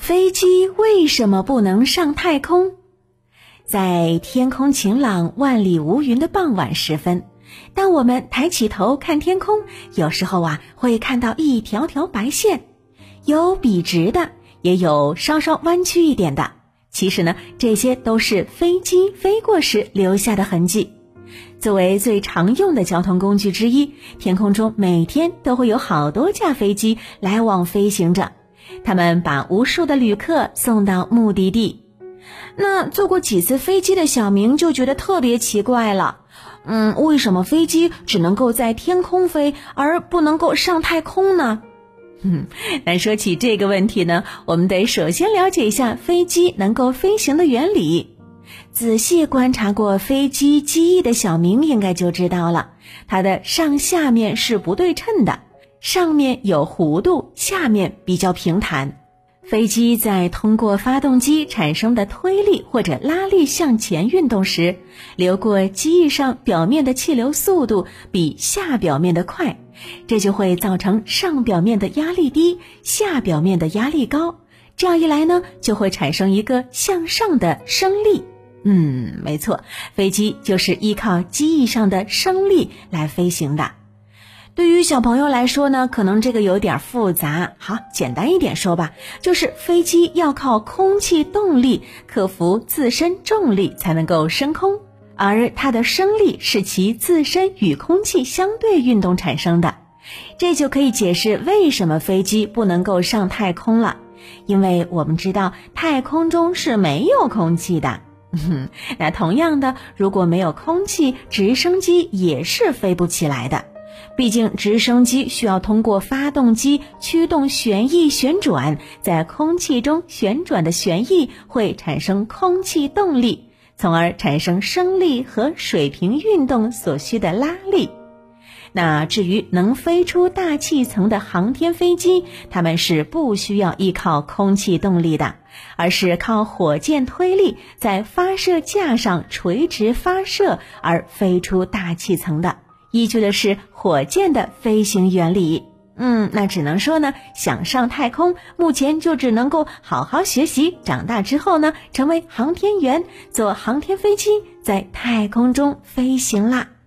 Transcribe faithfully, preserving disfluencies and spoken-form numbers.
飞机为什么不能上太空？在天空晴朗、万里无云的傍晚时分，当我们抬起头看天空，有时候啊，会看到一条条白线，有笔直的，也有稍稍弯曲一点的。其实呢，这些都是飞机飞过时留下的痕迹。作为最常用的交通工具之一，天空中每天都会有好多架飞机来往飞行着，他们把无数的旅客送到目的地。那坐过几次飞机的小明就觉得特别奇怪了，嗯，为什么飞机只能够在天空飞，而不能够上太空呢？嗯，那说起这个问题呢，我们得首先了解一下飞机能够飞行的原理。仔细观察过飞机机翼的小明应该就知道了，它的上下面是不对称的，上面有弧度，下面比较平坦。飞机在通过发动机产生的推力或者拉力向前运动时，流过机翼上表面的气流速度比下表面的快，这就会造成上表面的压力低，下表面的压力高。这样一来呢，就会产生一个向上的升力。嗯，没错，飞机就是依靠机翼上的升力来飞行的。对于小朋友来说呢，可能这个有点复杂。好，简单一点说吧，就是飞机要靠空气动力克服自身重力才能够升空，而它的升力是其自身与空气相对运动产生的。这就可以解释为什么飞机不能够上太空了，因为我们知道太空中是没有空气的。嗯，那同样的，如果没有空气，直升机也是飞不起来的。毕竟直升机需要通过发动机驱动旋翼旋转，在空气中旋转的旋翼会产生空气动力，从而产生升力和水平运动所需的拉力。那至于能飞出大气层的航天飞机，它们是不需要依靠空气动力的，而是靠火箭推力在发射架上垂直发射而飞出大气层的，依据的是火箭的飞行原理。嗯，那只能说呢，想上太空，目前就只能够好好学习，长大之后呢，成为航天员，坐航天飞机在太空中飞行啦。